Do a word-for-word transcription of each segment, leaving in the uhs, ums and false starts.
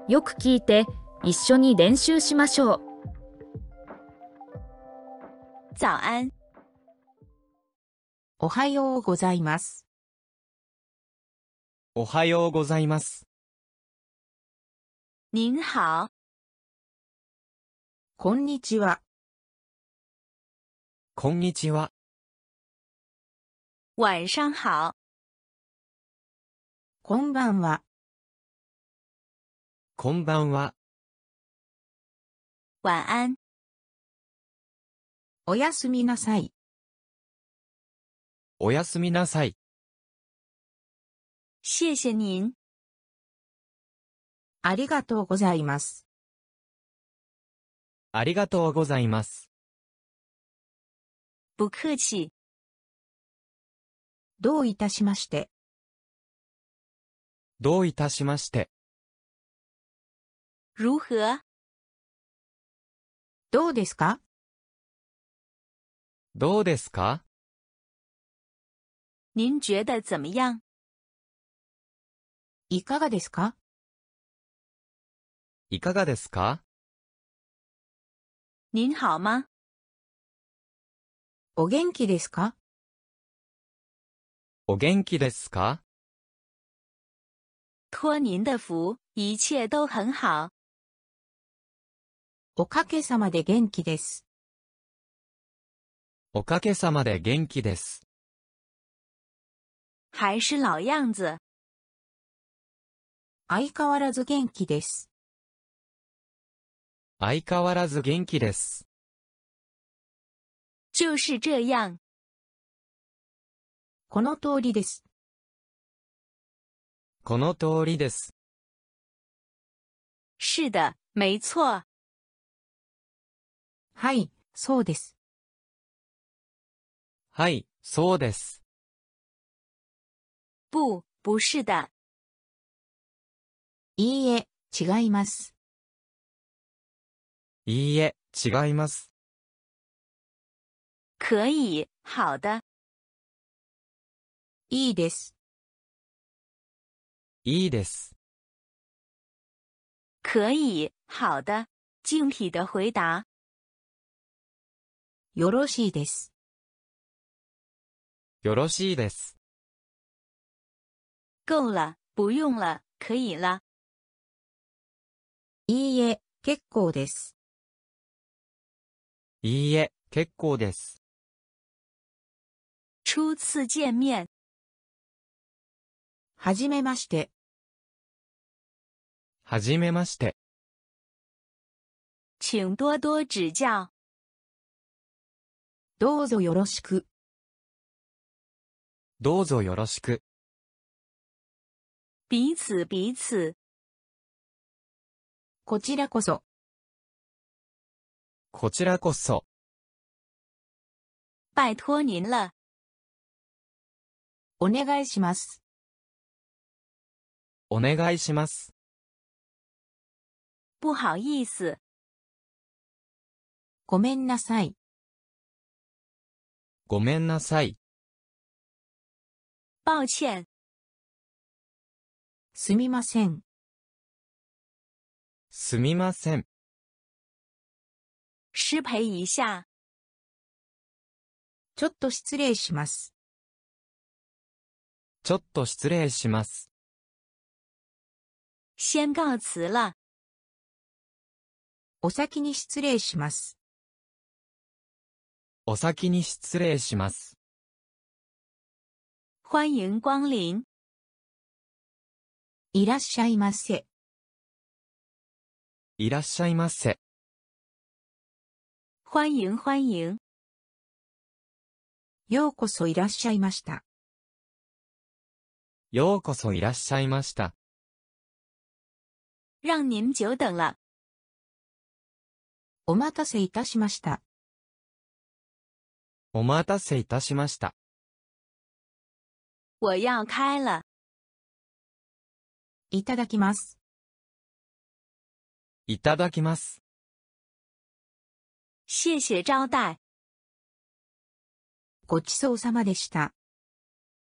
よく聞いて、一緒に練習しましょう。 早安。 おはようございます。 おはようございます。 您好。 こんにちは。 こんにちは。 晚上好。 こんばんは。 こんばんは。 晚安。 おやすみなさい。 おやすみなさい。 谢谢您。 ありがとうございます。 ありがとうございます。 不客气。 どういたしまして。 どういたしまして。 如何？ どうですか？ どうですか？ 您觉得怎么样？ いかがですか？ いかがですか？ 您好吗？ お元気ですか？ お元気ですか？ 托您的福，一切都很好。 おかげさまで元気です。 おかげさまで元気です。 还是老样子。 相変わらず元気です。 相変わらず元気です。 就是这样。 この通りです。 この通りです。 是的，没错。 はい、そうです。 はい、そうです。 不，不是的。 いいえ、違います。 いいえ、違います。 可以，好的。 いいです。 いいです。 可以，好的。敬体的回答。 よろしいです。 よろしいです。 够了，不用了，可以了。 いいえ、結構です。 いいえ、結構です。 初次见面。 はじめまして。 はじめまして。 请多多指教。 どうぞよろしく。 どうぞよろしく。 彼此彼此。 こちらこそ。 こちらこそ。 拜托您了。 お願いします。 お願いします。 不好意思。 ごめんなさい。 ごめんなさい。 抱歉。 すみません。 すみません。 失陪一下。 ちょっと失礼します。 ちょっと失礼します。 先告辞了。 お先に失礼します。 お先に失礼します。 欢迎光臨。 いらっしゃいませ。 いらっしゃいませ。 欢迎欢迎。 ようこそいらっしゃいました。 ようこそいらっしゃいました。 让您久等了。 お待たせいたしました。 お待たせいたしました。 我要开了。 いただきます。 いただきます。 谢谢招待。 ごちそうさまでした。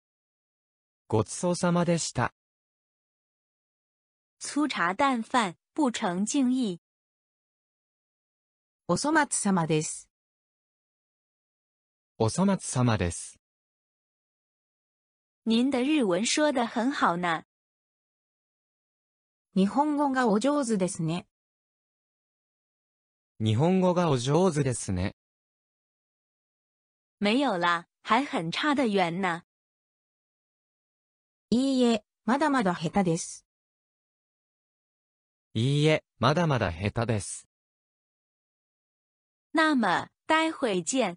ごちそうさまでした。 粗茶淡饭， 不成敬意。 お粗末様です。 お粗末様です。 您的日文说得很好呢。 日本語がお上手ですね。 日本語がお上手ですね。 没有啦，还很差得远呢。 いいえ、まだまだ下手です。 いいえ、まだまだ下手です。 那么，待会见。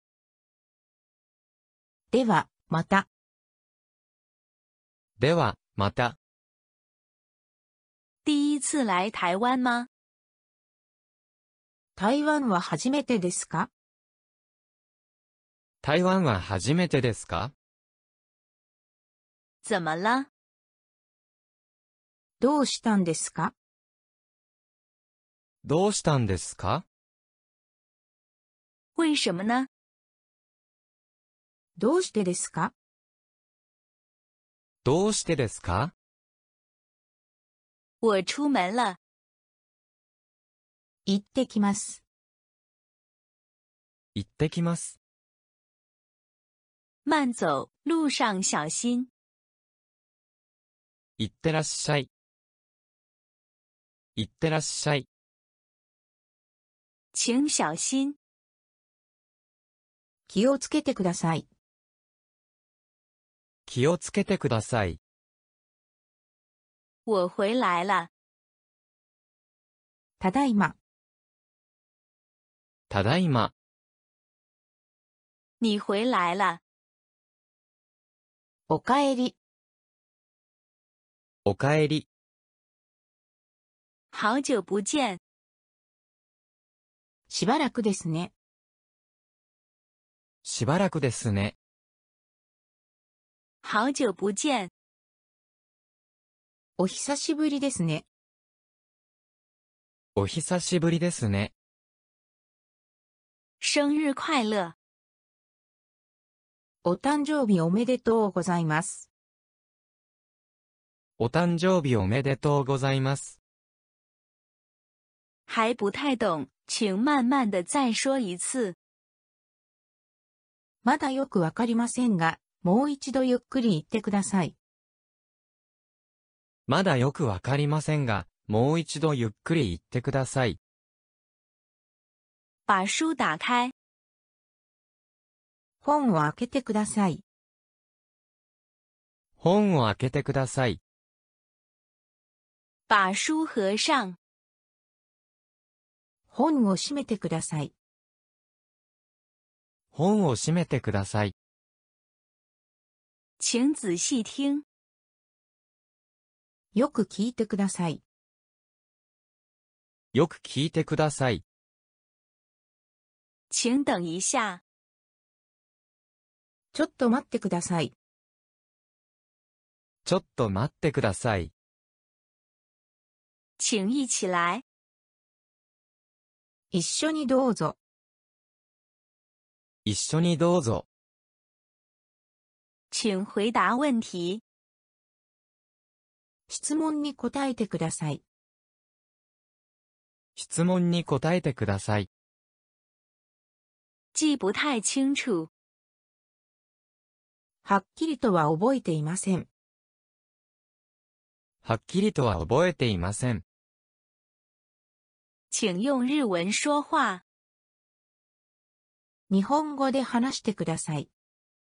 では、また。 では、また。 第一次来台湾吗？ 台湾は初めてですか？ 台湾は初めてですか？ 怎么了？ どうしたんですか？ どうしたんですか？ 为什么呢？ どうしてですか？ どうしてですか？ 我出门了。 行ってきます。 行ってきます。 慢走，路上小心。 行ってらっしゃい。行ってらっしゃい。 请小心。 気をつけてください。 気をつけてください。 我回来了。 ただいま。 ただいま。 你回来了。 おかえり。 おかえり。 好久不见。 しばらくですね。 しばらくですね。 好久不见。 お久しぶりですね。 お久しぶりですね。 生日快乐。 お誕生日おめでとうございます。 お誕生日おめでとうございます。 还不太懂，请慢慢的再说一次。 まだよくわかりませんが、もう一度ゆっくり言ってください。 まだよくわかりませんが、もう一度ゆっくり言ってください。 把书打开。 本を開けてください。 本を開けてください。 把书合上。 本を閉めてください。 本を閉めてください。 请仔細聽。 よく聞いてください。 よく聞いてください。 請等一下。 ちょっと待ってください。 ちょっと待ってください。 請一起來。 一緒にどうぞ。 一緒にどうぞ。 請回答問題。 質問に答えてください。 質問に答えてください。 記不太清楚。 はっきりとは覚えていません。 はっきりとは覚えていません。 請用日文說話。 日本語で話してください。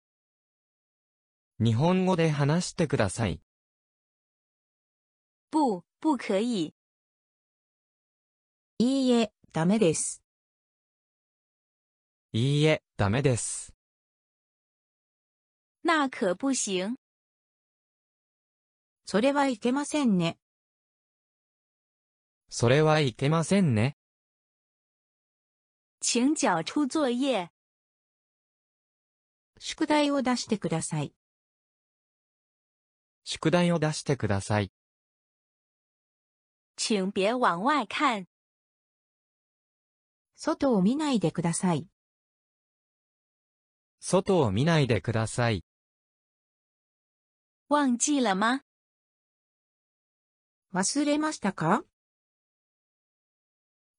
日本語で話してください。 不、不可以。 いいえ、ダメです。 いいえ、ダメです。 那可不行。 それはいけませんね。 それはいけませんね。 請繳出作業。 宿題を出してください。 宿題を出してください。 請別往外看。 外を見ないでください。 外を見ないでください。 忘記了嗎？ 忘れましたか？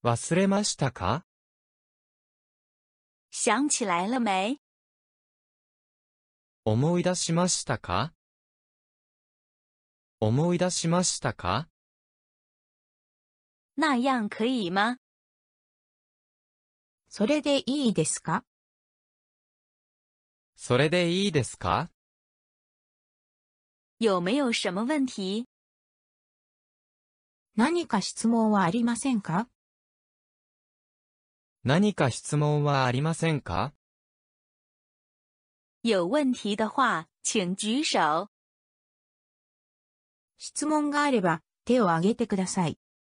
忘れましたか？ 想起来了没？ 思い出しましたか？思い出しましたか？ 那样可以吗？ それでいいですか？ それでいいですか？ 有没有什么问题？ 何か質問はありませんか？ 何か質問はありませんか？ 有问题的话，请举手。 質問があれば手を挙げてください。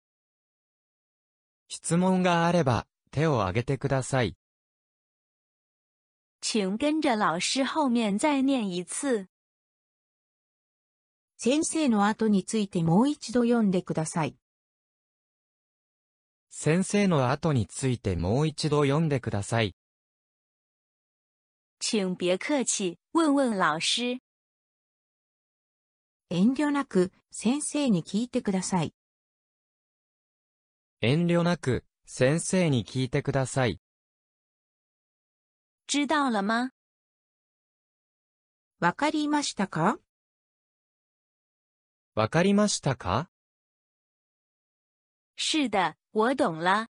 質問があれば手を挙げてください。 请跟着老师后面再念一次。 先生の後についてもう一度読んでください。 先生の後についてもう一度読んでください。 请别客气，问问老师。 遠慮なく先生に聞いてください。 遠慮なく先生に聞いてください。 知道了吗？ わかりましたか？ わかりましたか？ 是的，我懂了。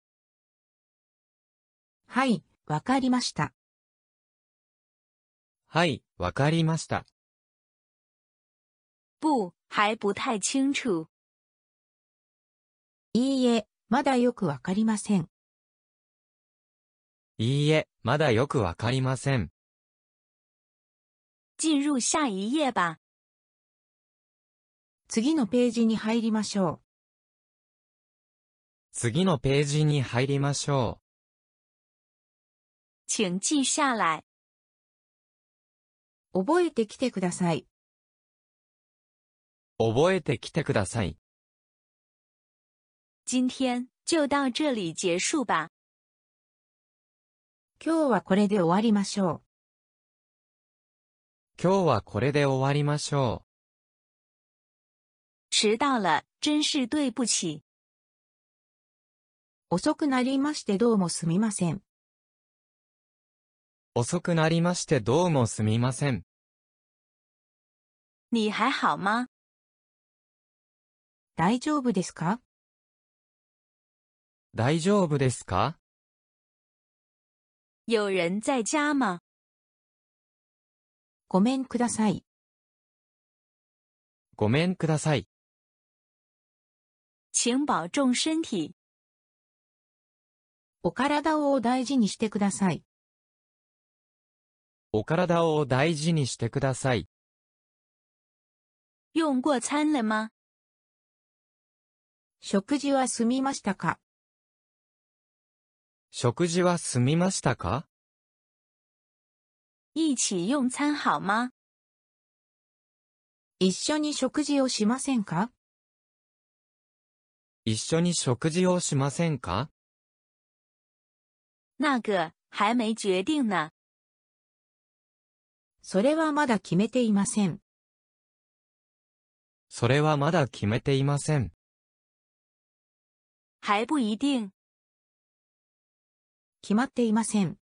はい、わかりました。 はい、わかりました。 不，还不太清楚。 いいえ、まだよくわかりません。 いいえ、まだよくわかりません。 进入下一页吧。 次のページに入りましょ次のページに入りましょ请记下来。 う。覚えてきてください。 う。覚えてきてください。 今天就到这里结束吧。 今日はこれで終わりましょ今日はこれで終わりましょ迟到了，真是对不起。 う。遅くなりましてどうもすみません。 う。遅くなりましてどうもすみません。 你还好吗？ 大丈夫ですか？ 大丈夫ですか？ 有人在家吗？ ごめんください。 ごめんください。 请保重身体。 お体をお大事にしてください。 お体を大事にしてください。 用过餐了吗？ 食事は済みましたか？ 食事は済みましたか？ 一起用餐好吗？ 一緒に食事をしませんか？ 一緒に食事をしませんか？ 那个还没决定呢。 それはまだ決めていません。 それはまだ決めていません。 还不一定。 決まっていません。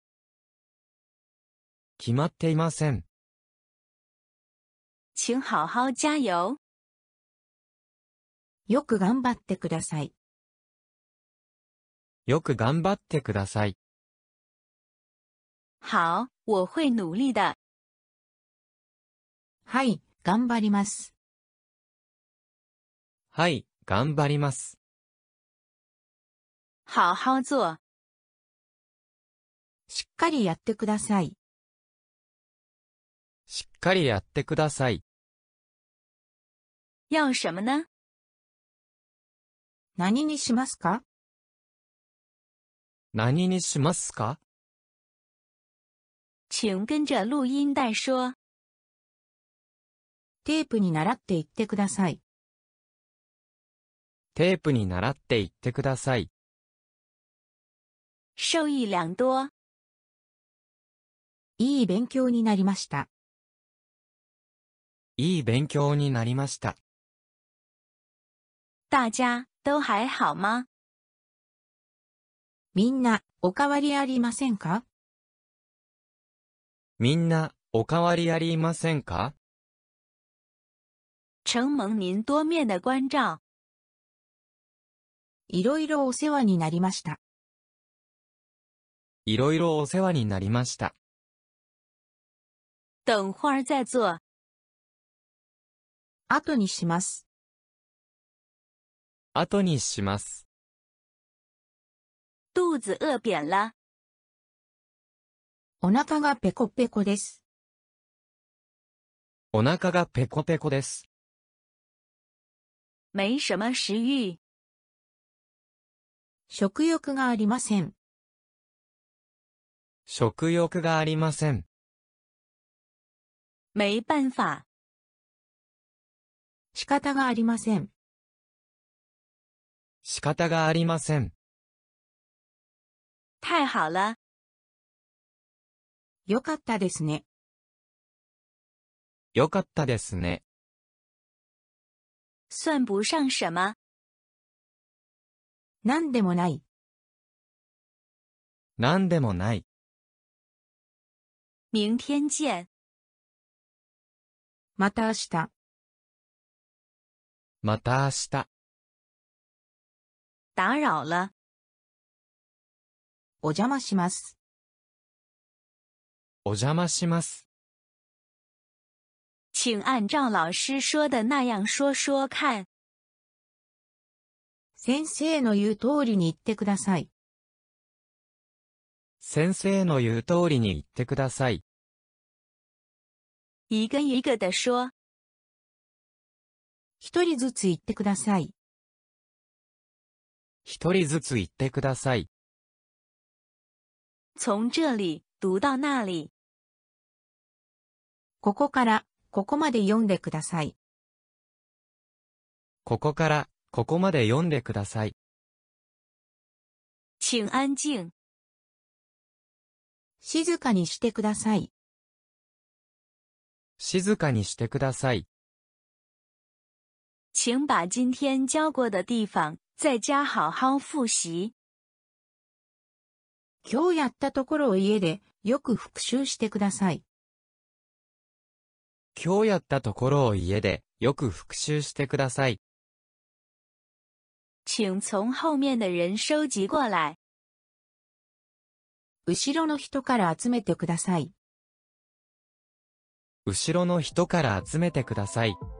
決まっていません。 请好好加油。 よく頑張ってください。 よく頑張ってください。 好，我会努力的。 はい、頑張ります。 はい、頑張ります。 好好做。 しっかりやってください。 しっかりやってください。 要什么呢？ 何にしますか？ 何にしますか？ 请跟着录音带说。 テープに習って言ってください。 テープに習って言ってください。 受益良多。 いい勉強になりました。 いい勉強になりました。 大家都还好吗？ みんな、おかわりありませんか？ みんな、おかわりありませんか？ 承蒙您多面的关照。 いろいろお世話になりました。 いろいろお世話になりました。 等会儿再做。 後にします。 後にします。 肚子饿扁了。 お腹がペコペコです。 お腹がペコペコです。 没什么食欲。 食欲がありません。 食欲がありません。 没办法。 仕方がありません。 仕方がありません。 太好了。 よかったですね。 よかったですね。 算不上什么。 なんでもない。 なんでもない。 明天见。 また明日。 また明日。 打扰了。 お邪魔します。 お邪魔します。 请按照老师说的那样说说看。 先生の言う通りに言ってください。 先生の言う通りに言ってください。 一个一个的说。 一人ずつ言ってください。 一人ずつ言ってください。 从这里读到那里。 ここから、ここまで読んでください。 ここから、ここまで読んでください。 请安静。 静かにしてください。 静かにしてください。 请把今天教过的地方在家好好复习。 今日やったところを家でよく復習してください。 今日やったところを家でよく復習してください。 请从后面的人收集过来。 後ろの人から集めてください。 後ろの人から集めてください。